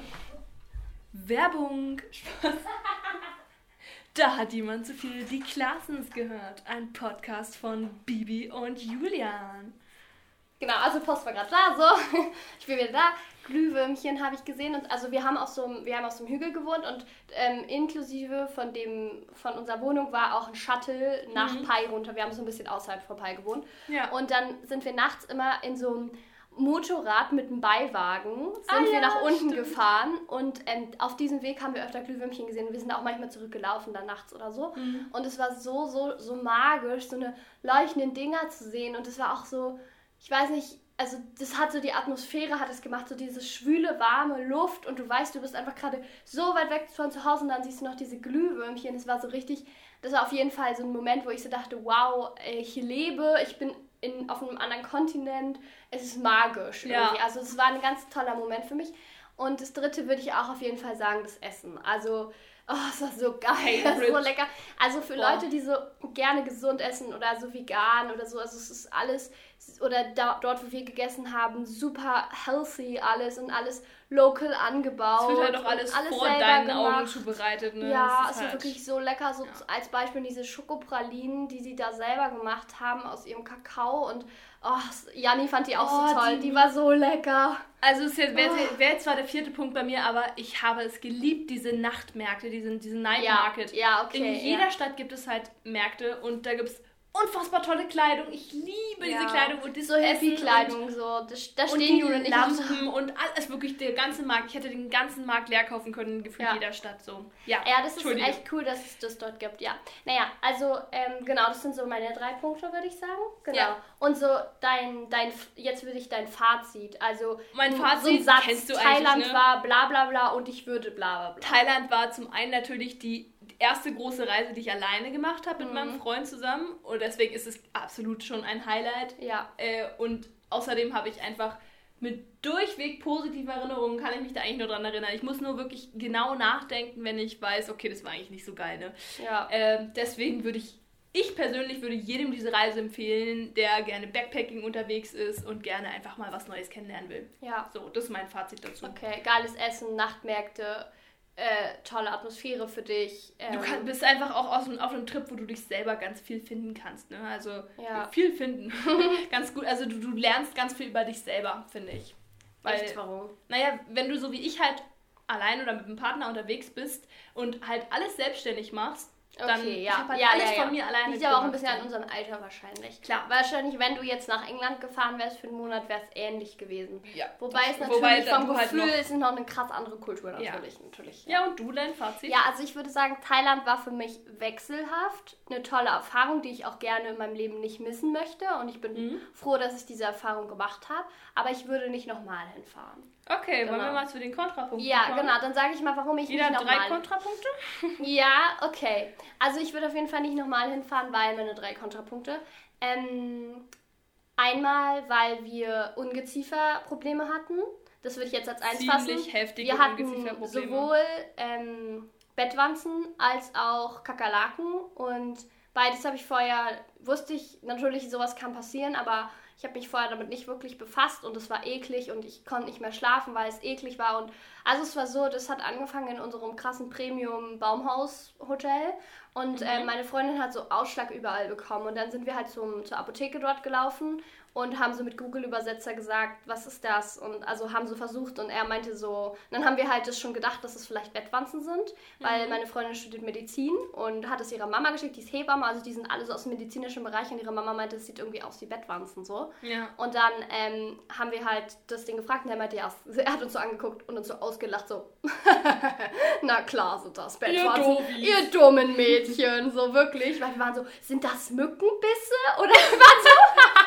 Werbung. Spaß. Da hat jemand zu viel die Klassens gehört. Ein Podcast von Bibi und Julian. Genau, also Post war gerade da, so, ich bin wieder da. Glühwürmchen habe ich gesehen und also wir haben auf so einem, wir haben auf so einem Hügel gewohnt und ähm, inklusive von dem, von unserer Wohnung war auch ein Shuttle nach Mhm. Pai runter. Wir haben so ein bisschen außerhalb von Pai gewohnt. Ja. Und dann sind wir nachts immer in so einem Motorrad mit einem Beiwagen sind Ah, wir ja, nach unten stimmt. gefahren und ähm, auf diesem Weg haben wir öfter Glühwürmchen gesehen. Wir sind auch manchmal zurückgelaufen dann nachts oder so. Mhm. Und es war so, so, so magisch, so eine leuchtenden Dinger zu sehen. Und es war auch so, ich weiß nicht, also das hat so die Atmosphäre, hat es gemacht, so diese schwüle, warme Luft und du weißt, du bist einfach gerade so weit weg von zu Hause und dann siehst du noch diese Glühwürmchen. Es war so richtig, das war auf jeden Fall so ein Moment, wo ich so dachte, wow, ich lebe, ich bin in, auf einem anderen Kontinent, es ist magisch Ja. irgendwie. Also es war ein ganz toller Moment für mich. Und das dritte würde ich auch auf jeden Fall sagen, das Essen. Also, oh, es war so geil, Favorite. so lecker. Also für Boah. Leute, die so gerne gesund essen oder so vegan oder so, also es ist alles, oder da, dort, wo wir gegessen haben, super healthy alles und alles local angebaut. Es wird halt auch und alles, vor selber deinen gemacht. Augen zubereitet. Ne? Ja, Das es ist war halt- wirklich so lecker. So Ja. als Beispiel diese Schokopralinen, die sie da selber gemacht haben aus ihrem Kakao. Und oh, Janni fand die auch Oh, so toll. die- Die war so lecker. Also es wäre Oh. wär jetzt zwar der vierte Punkt bei mir, aber ich habe es geliebt, diese Nachtmärkte, diesen, diesen Night Ja, Market. ja, okay. In jeder ja. Stadt gibt es halt Märkte und da gibt es unfassbar tolle Kleidung. Ich liebe Ja. diese Kleidung und das So Essen Happy-Kleidung, so. Da, da und, und stehen die Jule und ich auch so. Lampen und alles, wirklich der ganze Markt. Ich hätte den ganzen Markt leer kaufen können, gefühlt Ja. jeder Stadt so. Ja, Ja, das ist Entschuldige. echt cool, dass es das dort gibt, ja. Naja, also, ähm, genau, das sind so meine drei Punkte, würde ich sagen. Genau. Ja. Und so dein, dein, jetzt würde ich dein Fazit, also Mein so Fazit ein Satz, kennst du eigentlich, Thailand ne? war bla bla bla und ich würde bla bla bla. Thailand war zum einen natürlich die erste große Reise, die ich alleine gemacht habe mit Mhm. meinem Freund zusammen. Und deswegen ist es absolut schon ein Highlight. Ja. Äh, und außerdem habe ich einfach mit durchweg positiven Erinnerungen, kann ich mich da eigentlich nur dran erinnern. Ich muss nur wirklich genau nachdenken, wenn ich weiß, okay, das war eigentlich nicht so geil. Ne? Ja. Ähm, deswegen würde ich, ich persönlich würde jedem diese Reise empfehlen, der gerne Backpacking unterwegs ist und gerne einfach mal was Neues kennenlernen will. Ja. So, das ist mein Fazit dazu. Okay, geiles Essen, Nachtmärkte, äh, tolle Atmosphäre für dich. Ähm, Du kann, bist einfach auch aus, auf einem Trip, wo du dich selber ganz viel finden kannst. Ne? Also Ja. viel finden. Ganz gut. Also du, du lernst ganz viel über dich selber, finde ich. Weil, echt, warum? naja, wenn du so wie ich halt allein oder mit einem Partner unterwegs bist und halt alles selbstständig machst, dann Okay, ich ja. hab halt ja, alles ja, ja. von mir alleine Liegt aber auch ein gemacht. bisschen an unserem Alter wahrscheinlich. Klar. Wahrscheinlich, wenn du jetzt nach England gefahren wärst für einen Monat, wäre es ähnlich gewesen. Ja. Wobei es Das- natürlich wobei da vom du halt Gefühl noch- ist noch eine krass andere Kultur Ja. natürlich. natürlich Ja, und du, dein Fazit? Ja, also ich würde sagen, Thailand war für mich wechselhaft. Eine tolle Erfahrung, die ich auch gerne in meinem Leben nicht missen möchte. Und ich bin Mhm. froh, dass ich diese Erfahrung gemacht habe. Aber ich würde nicht nochmal hinfahren. Okay, wollen Genau. wir mal zu den Kontrapunkten Ja, kommen? genau. Dann sage ich mal, warum ich Jeder nicht hat drei nochmal... Kontrapunkte? Ja, okay. Also ich würde auf jeden Fall nicht nochmal hinfahren, weil meine drei Kontrapunkte. Ähm, einmal, weil wir Ungezieferprobleme hatten. Das würde ich jetzt als eins fassen. Ziemlich heftige Wir hatten Ungezieferprobleme. sowohl ähm, Bettwanzen als auch Kakerlaken und beides habe ich vorher, wusste ich natürlich, sowas kann passieren, aber ich habe mich vorher damit nicht wirklich befasst und es war eklig und ich konnte nicht mehr schlafen, weil es eklig war. Und also es war so, das hat angefangen in unserem krassen Premium-Baumhaus-Hotel und mhm. äh, meine Freundin hat so Ausschlag überall bekommen und dann sind wir halt zum, zur Apotheke dort gelaufen und haben so mit Google-Übersetzer gesagt, was ist das? Und also haben so versucht und er meinte so, dann haben wir halt das schon gedacht, dass es vielleicht Bettwanzen sind, weil mhm. meine Freundin studiert Medizin und hat es ihrer Mama geschickt, die ist Hebamme, also die sind alle so aus dem medizinischen Bereich und ihre Mama meinte, es sieht irgendwie aus wie Bettwanzen so. Ja. Und dann ähm, haben wir halt das Ding gefragt und er meinte, ja, er hat uns so angeguckt und uns so ausgelacht, so, na klar sind das Bettwanzen, ihr, ihr dummen Mädchen, so wirklich, weil wir waren so, sind das Mückenbisse? Oder was so?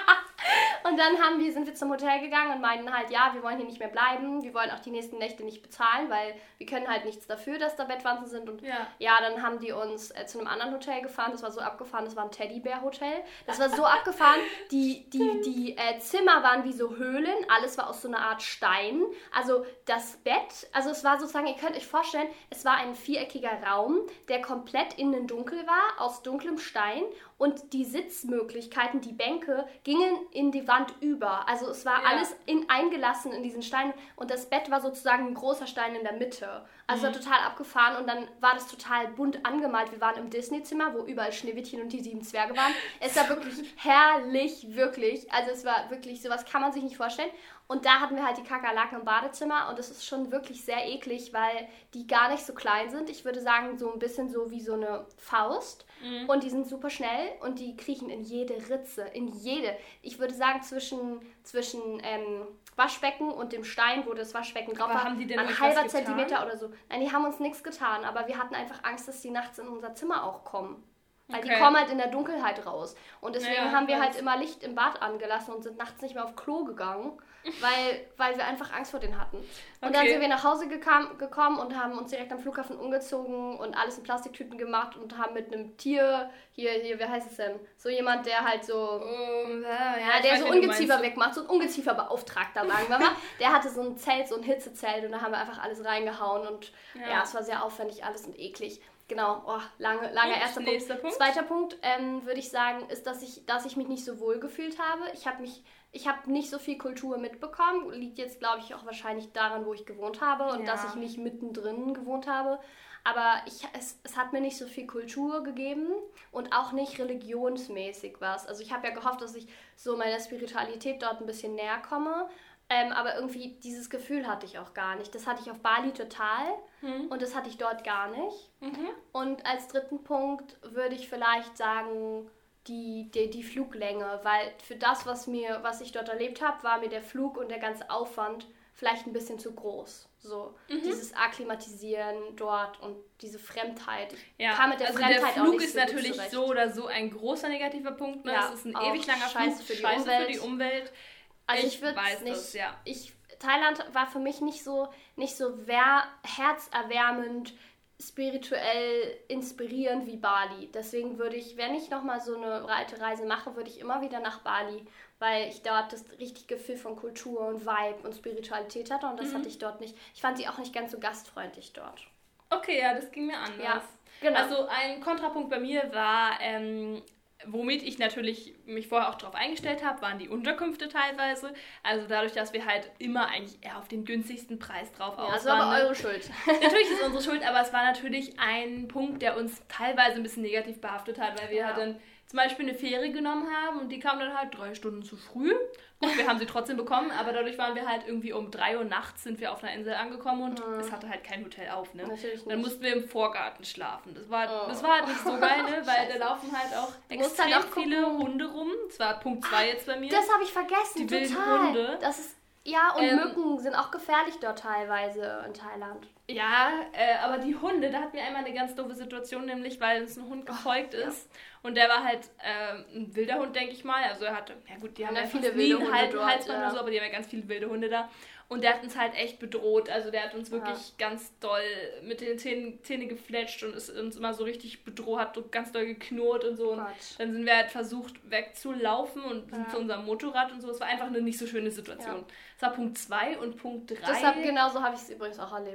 Und dann haben wir, sind wir zum Hotel gegangen und meinten halt, ja, wir wollen hier nicht mehr bleiben, wir wollen auch die nächsten Nächte nicht bezahlen, weil wir können halt nichts dafür, dass da Bettwanzen sind. Und ja, ja dann haben die uns äh, zu einem anderen Hotel gefahren, das war so abgefahren, das war ein Teddybär-Hotel. Das war so abgefahren, die, die, die äh, Zimmer waren wie so Höhlen, alles war aus so einer Art Stein. Also das Bett, also es war sozusagen, ihr könnt euch vorstellen, es war ein viereckiger Raum, der komplett innen dunkel war, aus dunklem Stein. Und die Sitzmöglichkeiten, die Bänke, gingen in die Wand über. Also es war ja. alles in, eingelassen in diesen Stein. Und das Bett war sozusagen ein großer Stein in der Mitte. Also mhm. total abgefahren. Und dann war das total bunt angemalt. Wir waren im Disney-Zimmer, wo überall Schneewittchen und die sieben Zwerge waren. Es war wirklich herrlich, wirklich. Also es war wirklich, sowas kann man sich nicht vorstellen. Und da hatten wir halt die Kakerlaken im Badezimmer und das ist schon wirklich sehr eklig, weil die gar nicht so klein sind. Ich würde sagen, so ein bisschen so wie so eine Faust. Mhm. Und die sind super schnell und die kriechen in jede Ritze, in jede. Ich würde sagen, zwischen, zwischen ähm, Waschbecken und dem Stein, wo das Waschbecken drauf war, ein halber Zentimeter oder so. Nein, die haben uns nichts getan, aber wir hatten einfach Angst, dass die nachts in unser Zimmer auch kommen. Weil okay. die kommen halt in der Dunkelheit raus. Und deswegen ja, haben wir halt immer Licht im Bad angelassen und sind nachts nicht mehr auf Klo gegangen, weil, weil wir einfach Angst vor denen hatten. Und okay. dann sind wir nach Hause gekam, gekommen und haben uns direkt am Flughafen umgezogen und alles in Plastiktüten gemacht und haben mit einem Tier, hier, hier, wie heißt es denn? So jemand, der halt so, um, ja, ja, der so Ungeziefer wegmacht, so ein Ungezieferbeauftragter, sagen wir mal. Der hatte so ein Zelt, so ein Hitzezelt und da haben wir einfach alles reingehauen und ja, ja es war sehr aufwendig alles und eklig. Genau, oh, lange, langer erster Punkt. Punkt. Zweiter Punkt, ähm, würde ich sagen, ist, dass ich, dass ich mich nicht so wohl gefühlt habe. Ich habe mich, ich habe nicht so viel Kultur mitbekommen. Liegt jetzt, glaube ich, auch wahrscheinlich daran, wo ich gewohnt habe und ja. dass ich nicht mittendrin gewohnt habe. Aber ich, es, es hat mir nicht so viel Kultur gegeben und auch nicht religionsmäßig was. Also ich habe ja gehofft, dass ich so meiner Spiritualität dort ein bisschen näher komme. Ähm, aber irgendwie dieses Gefühl hatte ich auch gar nicht. Das hatte ich auf Bali total hm. und das hatte ich dort gar nicht. Mhm. Und als dritten Punkt würde ich vielleicht sagen, die, die, die Fluglänge, weil für das, was, mir, was ich dort erlebt habe, war mir der Flug und der ganze Aufwand vielleicht ein bisschen zu groß. So, mhm. dieses Akklimatisieren dort und diese Fremdheit. Ich ja, kam mit der also Fremdheit der Flug auch nicht ist so natürlich zurecht. so oder so ein großer negativer Punkt. Ne? Ja, es ist ein ewig langer Flug, für die scheiße Umwelt. für die Umwelt. Also ich, ich würde weiß nicht, das, ja. Ich, Thailand war für mich nicht so, nicht so wer, herzerwärmend, spirituell inspirierend wie Bali. Deswegen würde ich, wenn ich nochmal so eine breite Reise mache, würde ich immer wieder nach Bali, weil ich dort das richtige Gefühl von Kultur und Vibe und Spiritualität hatte und das mhm. hatte ich dort nicht. Ich fand sie auch nicht ganz so gastfreundlich dort. Okay, ja, das ging mir anders. Ja, genau. Also ein Kontrapunkt bei mir war, ähm, womit ich natürlich mich vorher auch darauf eingestellt habe, waren die Unterkünfte teilweise. Also dadurch, dass wir halt immer eigentlich eher auf den günstigsten Preis drauf ja, aus das war aber eure Schuld. Natürlich ist unsere Schuld, aber es war natürlich ein Punkt, der uns teilweise ein bisschen negativ behaftet hat, weil wir ja. halt dann zum Beispiel eine Fähre genommen haben und die kam dann halt drei Stunden zu früh. Gut, wir haben sie trotzdem bekommen, aber dadurch waren wir halt irgendwie um drei Uhr nachts sind wir auf einer Insel angekommen und mhm. es hatte halt kein Hotel auf, ne? Natürlich nicht. Dann mussten wir im Vorgarten schlafen. Das war, oh. das war halt nicht so geil, ne? Weil da laufen halt auch extrem halt auch viele Hunde rum. Das war Punkt zwei jetzt bei mir. Das habe ich vergessen, die total. wilden Hunde. Das ist, ja, und ähm, Mücken sind auch gefährlich dort teilweise in Thailand. Ja, äh, aber die Hunde, da hatten wir einmal eine ganz doofe Situation, nämlich weil uns ein Hund gefolgt oh, ist. Ja. Und der war halt äh, ein wilder Hund, denke ich mal. Also er hatte, ja gut, die haben ja viele wilde Hunde Halt, dort, Halsband ja. oder so, aber die haben ja ganz viele wilde Hunde da. Und der hat uns halt echt bedroht. Also der hat uns wirklich ja. ganz doll mit den Zähnen, Zähne gefletscht und ist uns immer so richtig bedroht, hat ganz doll geknurrt und so. Und dann sind wir halt versucht wegzulaufen und sind ja. zu unserem Motorrad und so. Es war einfach eine nicht so schöne Situation. Ja. Das war Punkt zwei und Punkt drei. Deshalb, genauso habe ich es übrigens auch erlebt. Also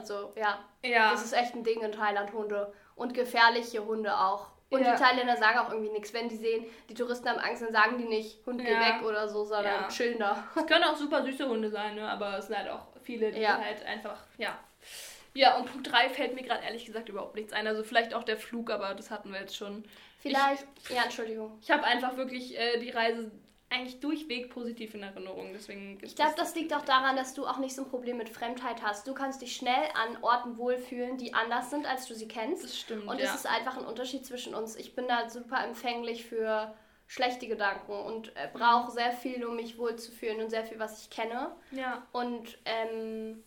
so, ja. Ja. Das ist echt ein Ding in Thailand, Hunde. Und gefährliche Hunde auch. Und Ja. die Thailänder sagen auch irgendwie nichts. Wenn die sehen, die Touristen haben Angst, dann sagen die nicht, Hund, geh Ja. weg oder so, sondern Ja. chillen da. Es können auch super süße Hunde sein, ne? Aber es sind halt auch viele, die Ja. halt einfach, ja. Ja, und Punkt drei fällt mir gerade ehrlich gesagt überhaupt nichts ein. Also vielleicht auch der Flug, aber das hatten wir jetzt schon. Vielleicht, ich, ja, Entschuldigung. Ich habe einfach wirklich äh, die Reise eigentlich durchweg positiv in Erinnerung. Deswegen Ich glaube, das liegt auch daran, dass du auch nicht so ein Problem mit Fremdheit hast. Du kannst dich schnell an Orten wohlfühlen, die anders sind, als du sie kennst. Das stimmt, Und ja. es ist einfach ein Unterschied zwischen uns. Ich bin da super empfänglich für schlechte Gedanken und äh, brauche sehr viel, um mich wohlzufühlen und sehr viel, was ich kenne. Ja. Und ähm,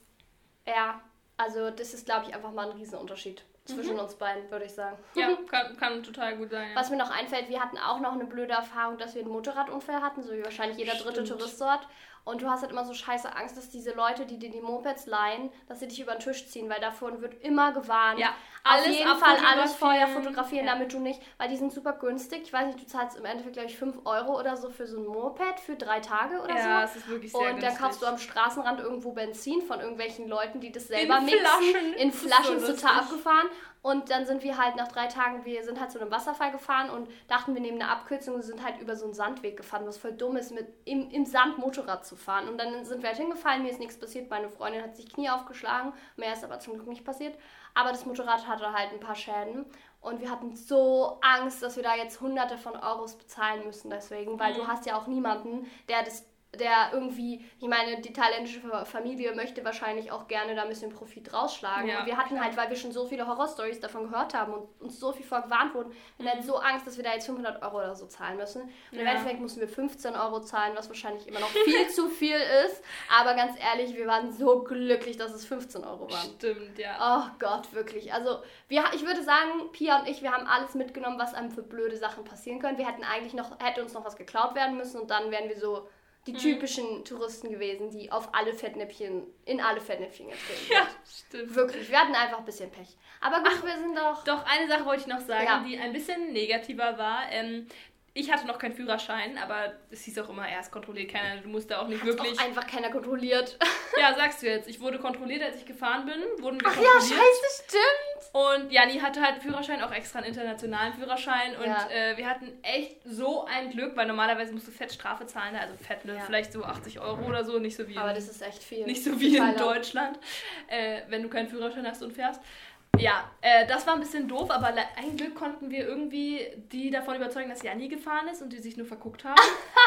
ja, also das ist, glaube ich, einfach mal ein Riesenunterschied zwischen uns beiden, würde ich sagen. Ja, kann, kann total gut sein. Ja. Was mir noch einfällt, wir hatten auch noch eine blöde Erfahrung, dass wir einen Motorradunfall hatten, so wie wahrscheinlich jeder dritte Stimmt. Tourist dort. Und du hast halt immer so scheiße Angst, dass diese Leute, die dir die Mopeds leihen, dass sie dich über den Tisch ziehen, weil davon wird immer gewarnt. Ja, Auf alles jeden Fall alles abfotografieren. vorher fotografieren, Ja. damit du nicht, weil die sind super günstig. Ich weiß nicht, du zahlst im Endeffekt, glaube ich, fünf Euro oder so für so ein Moped für drei Tage oder so. Ja, es ist wirklich sehr Und dann günstig. kaufst du am Straßenrand irgendwo Benzin von irgendwelchen Leuten, die das selber In mixen. Flaschen. In Das ist Flaschen, so ist total lustig. abgefahren. Und dann sind wir halt nach drei Tagen, wir sind halt zu einem Wasserfall gefahren und dachten, wir nehmen eine Abkürzung und sind halt über so einen Sandweg gefahren, was voll dumm ist, mit im, im Sand Motorrad zu fahren. Und dann sind wir halt hingefallen, mir ist nichts passiert, meine Freundin hat sich Knie aufgeschlagen, mehr ist aber zum Glück nicht passiert. Aber das Motorrad hatte halt ein paar Schäden. Und wir hatten so Angst, dass wir da jetzt hunderte von Euros bezahlen müssen deswegen, weil Mhm. du hast ja auch niemanden, der das der irgendwie, ich meine, die thailändische Familie möchte wahrscheinlich auch gerne da ein bisschen Profit rausschlagen. Ja, und wir hatten halt, weil wir schon so viele Horrorstories davon gehört haben und uns so viel vorgewarnt wurden, wir hatten halt so Angst, dass wir da jetzt fünfhundert Euro oder so zahlen müssen. Und im Ja. Endeffekt mussten wir fünfzehn Euro zahlen, was wahrscheinlich immer noch viel zu viel ist. Aber ganz ehrlich, wir waren so glücklich, dass es fünfzehn Euro waren. Stimmt, ja. Oh Gott, wirklich. Also, wir, ich würde sagen, Pia und ich, wir haben alles mitgenommen, was einem für blöde Sachen passieren können. Wir hätten eigentlich noch, hätte uns noch was geklaut werden müssen und dann wären wir so die typischen Touristen gewesen, die auf alle Fettnäpfchen, in alle Fettnäpfchen getreten sind. Ja, stimmt. Wirklich, wir hatten einfach ein bisschen Pech. Aber gut, wir sind doch... Doch, eine Sache wollte ich noch sagen, Ja. die ein bisschen negativer war. Ähm, ich hatte noch keinen Führerschein, aber es hieß auch immer, erst kontrolliert keiner. Du musst da auch nicht wirklich... Auch einfach keiner kontrolliert. Ja, sagst du jetzt. Ich wurde kontrolliert, als ich gefahren bin. Wurden wir Ach ja, kontrolliert. scheiße, stimmt. Und Janni hatte halt einen Führerschein, auch extra einen internationalen Führerschein. Und Ja. äh, wir hatten echt so ein Glück, weil normalerweise musst du fett Strafe zahlen. Also fett, ne? Ja. Vielleicht so achtzig Euro oder so. Nicht so wie Aber in, das ist echt viel. nicht so wie in Thailand. Deutschland, äh, wenn du keinen Führerschein hast und fährst. Ja, äh, das war ein bisschen doof, aber le- ein Glück konnten wir irgendwie die davon überzeugen, dass Janni gefahren ist und die sich nur verguckt haben.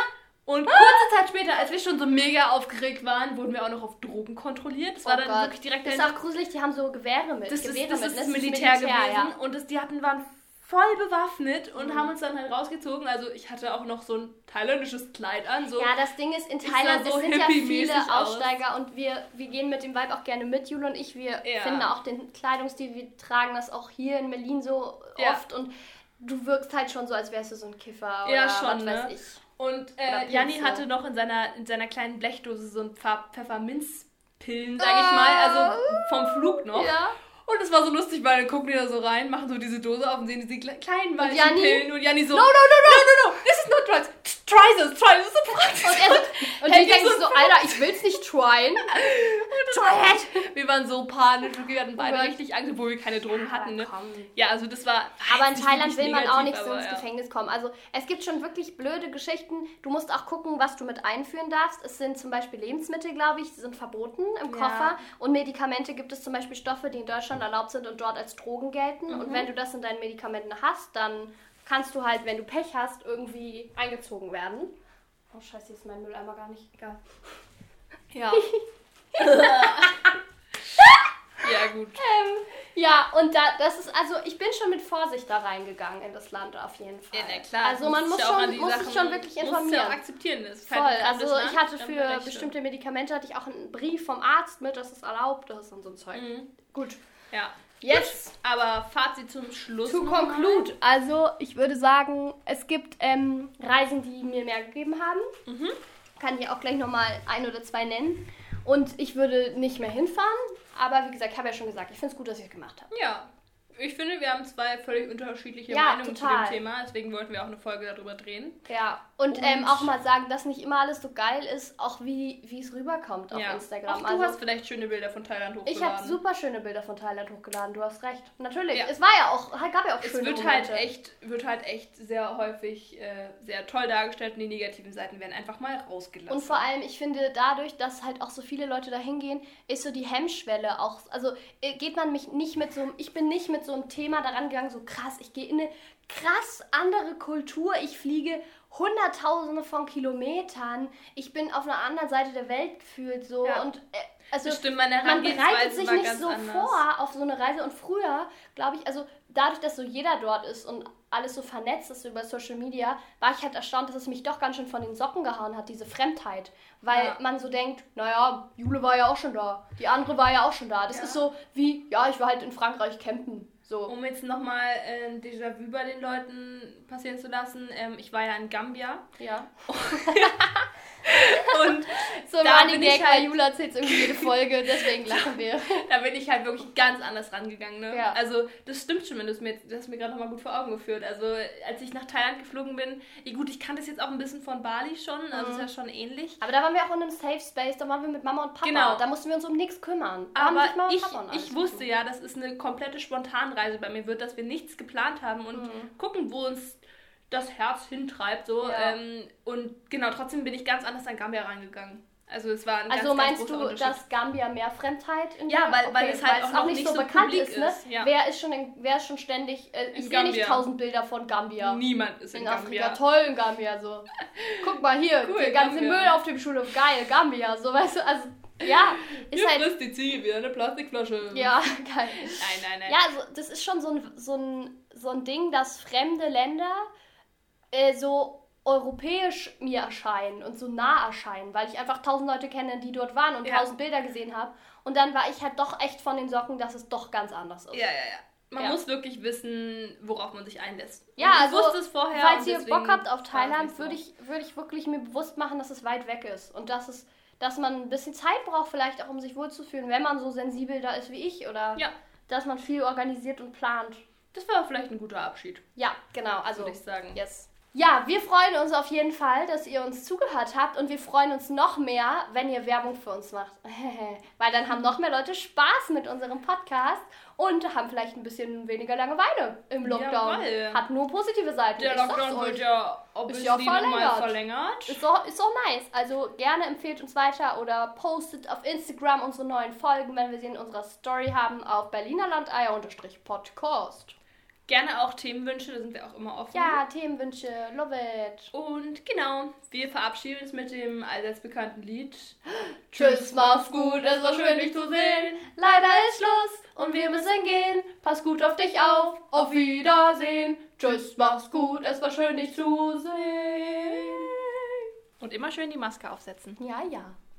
Und kurze Zeit später, als wir schon so mega aufgeregt waren, wurden wir auch noch auf Drogen kontrolliert. Das war Oh dann Gott. wirklich direkt Das ist dahinter. auch gruselig, die haben so Gewehre mit. Das Gewehre ist, das mit. ist Militär, gewesen ja. und das, die hatten, waren voll bewaffnet und Mhm. haben uns dann halt rausgezogen. Also ich hatte auch noch so ein thailändisches Kleid an. So. Ja, das Ding ist, in Ich Thailand, sah so es sind ja hippie-mäßig viele aus. Aussteiger und wir, wir gehen mit dem Vibe auch gerne mit, Jule und ich. Wir Ja. finden auch den Kleidungsstil, wir tragen das auch hier in Berlin so Ja. oft und du wirkst halt schon so, als wärst du so ein Kiffer Ja, oder schon, was ne? weiß ich. Und Oder äh, Janni Pilze. hatte noch in seiner, in seiner kleinen Blechdose so ein paar Pfefferminzpillen, sag ich mal, also vom Flug noch. Ja. Und es war so lustig, weil dann gucken die da so rein, machen so diese Dose auf und sehen diese kle- kleinen weißen Janni? Pillen und Janni so, No, no, no, no, no, no, this is not drugs, try this, try this, so praktisch. Und, er so, und Hey, ich denke so so, Alter, ich will's nicht tryen. Try it. Wir waren so panisch, wir hatten beide Oh Gott. richtig Angst, obwohl wir keine Drogen hatten, ne? komm. Ja, also das war... Aber in nicht Thailand will wirklich man auch negativ, nicht so aber ins ja. Gefängnis kommen. Also es gibt schon wirklich blöde Geschichten. Du musst auch gucken, was du mit einführen darfst. Es sind zum Beispiel Lebensmittel, glaube ich, die sind verboten im Ja. Koffer. Und Medikamente gibt es zum Beispiel Stoffe, die in Deutschland erlaubt sind und dort als Drogen gelten. Und wenn du das in deinen Medikamenten hast, dann kannst du halt, wenn du Pech hast, irgendwie eingezogen werden. Oh scheiße, hier ist mein Mülleimer gar nicht. Egal. Ja. Ja, gut. Ähm, ja, und da, das ist, also ich bin schon mit Vorsicht da reingegegangen in das Land auf jeden Fall. Ja, na klar. Also man muss, ja auch an schon, die muss Sachen- sich schon wirklich Musst ja auch informieren. akzeptieren. Das ist Voll, halt ein fremdes also Land, ich hatte dann für Rechte. bestimmte Medikamente hatte ich auch einen Brief vom Arzt mit, dass es erlaubt ist und so ein Zeug. Mhm. Gut. Ja. Jetzt Gut, aber Fazit zum Schluss. to noch mal. conclude. Also ich würde sagen, es gibt ähm, Reisen, die mir mehr gegeben haben. Mhm. Kann ich auch gleich nochmal ein oder zwei nennen. Und ich würde nicht mehr hinfahren. Aber wie gesagt, ich habe ja schon gesagt, ich finde es gut, dass ich es gemacht habe. Ja. Ich finde, wir haben zwei völlig unterschiedliche Ja, Meinungen total. zu dem Thema, deswegen wollten wir auch eine Folge darüber drehen. Ja, und, Und- ähm, auch mal sagen, dass nicht immer alles so geil ist, auch wie wie es rüberkommt auf Ja. Instagram. Auch du also, hast vielleicht schöne Bilder von Thailand hochgeladen. ich habe super schöne Bilder von Thailand hochgeladen, du hast recht. Natürlich, Ja. es war ja auch, gab ja auch Es schöne wird Momente. halt echt, wird halt echt sehr häufig äh, sehr toll dargestellt und die negativen Seiten werden einfach mal rausgelassen. Und vor allem, ich finde, dadurch, dass halt auch so viele Leute da hingehen, ist so die Hemmschwelle auch, also äh, geht man mich nicht mit so einem, ich bin nicht mit so einem Thema daran gegangen, so krass, ich gehe in eine krass andere Kultur, ich fliege Hunderttausende von Kilometern, ich bin auf einer anderen Seite der Welt gefühlt so Ja. und äh, also Das stimmt, meine man bereitet Herangehensweise sich war nicht ganz so anders. vor auf so eine Reise und früher, glaube ich, also dadurch, dass so jeder dort ist und alles so vernetzt ist über Social Media, war ich halt erstaunt, dass es mich doch ganz schön von den Socken gehauen hat, diese Fremdheit. Weil Ja. man so denkt, naja, Jule war ja auch schon da, die andere war ja auch schon da. Das Ja. ist so wie, ja, ich war halt in Frankreich campen. So. Um jetzt nochmal äh, ein Déjà-vu bei den Leuten passieren zu lassen, ähm, ich war ja in Gambia Ja. und So ein Da Running bin ich Gag, halt- weil Jule erzählt irgendwie jede Folge, deswegen lachen wir. da bin ich halt wirklich ganz anders rangegangen. Ne? Ja. Also das stimmt schon, wenn du es mir, jetzt- das hast mir gerade nochmal gut vor Augen geführt. Also als ich nach Thailand geflogen bin, eh gut, ich kannte es jetzt auch ein bisschen von Bali schon, also ist ja schon ähnlich. Aber da waren wir auch in einem Safe Space, da waren wir mit Mama und Papa. Genau. Da mussten wir uns um nichts kümmern. Da haben Aber sich Mama und ich, Papa um alles ich wusste ja, dass es eine komplette Spontanreise bei mir wird, dass wir nichts geplant haben und gucken, wo uns das Herz hintreibt. So. Ja. Ähm, und genau, trotzdem bin ich ganz anders an Gambia reingegangen. Also es war ein Also ganz, meinst ganz großer du, Unterschied. dass Gambia mehr Fremdheit in Ja, der- weil- weil es halt auch noch nicht so publik ist, ne? ist, ja. Wer ist schon in, wer ist schon ständig äh, ich In sehe nicht Gambia. tausend Bilder von Gambia. Niemand ist in, In Gambia. Afrika, toll in Gambia, so. Guck mal hier, Cool, der ganze Gambia. Müll auf dem Schulhof, geil, Gambia, so, weißt du, also, ja, ist Hier halt, frisst die Ziege wieder eine Plastikflasche. ja, geil. Nein, nein, nein. Ja, also, das ist schon so ein, so ein, so ein Ding, dass fremde Länder äh, so europäisch mir erscheinen und so nah erscheinen, weil ich einfach tausend Leute kenne, die dort waren und Ja. tausend Bilder gesehen habe. Und dann war ich halt doch echt von den Socken, dass es doch ganz anders ist. Ja, ja, ja. Man Ja. muss wirklich wissen, worauf man sich einlässt. Ja, Und ich also, wusste es vorher. falls und ihr deswegen Bock habt auf war es Thailand, nicht so. würde ich, würde ich wirklich mir bewusst machen, dass es weit weg ist. Und dass es, dass man ein bisschen Zeit braucht, vielleicht auch, um sich wohlzufühlen, wenn man so sensibel da ist wie ich. Oder Ja, dass man viel organisiert und plant. das war vielleicht ein guter Abschied, Ja, genau. Also, würde ich sagen. yes. Ja, wir freuen uns auf jeden Fall, dass ihr uns zugehört habt und wir freuen uns noch mehr, wenn ihr Werbung für uns macht. Weil dann haben noch mehr Leute Spaß mit unserem Podcast und haben vielleicht ein bisschen weniger Langeweile im Lockdown. Jawohl. Hat nur positive Seiten. Der ich sag's Lockdown euch. wird ja Ist obviously ja nochmal verlängert. verlängert. Ist doch, ist doch nice. Also gerne empfehlt uns weiter oder postet auf Instagram unsere neuen Folgen, wenn wir sie in unserer Story haben, auf berlinerlandeier-podcast. Gerne auch Themenwünsche, da sind wir auch immer offen. Ja, Themenwünsche, love it. Und genau, wir verabschieden uns mit dem allseits bekannten Lied. Tschüss, mach's gut, es war schön, dich zu sehen. Leider ist Schluss und wir müssen gehen. Pass gut auf dich auf, auf Wiedersehen. Tschüss, mach's gut, es war schön, dich zu sehen. Und immer schön die Maske aufsetzen. Ja, ja.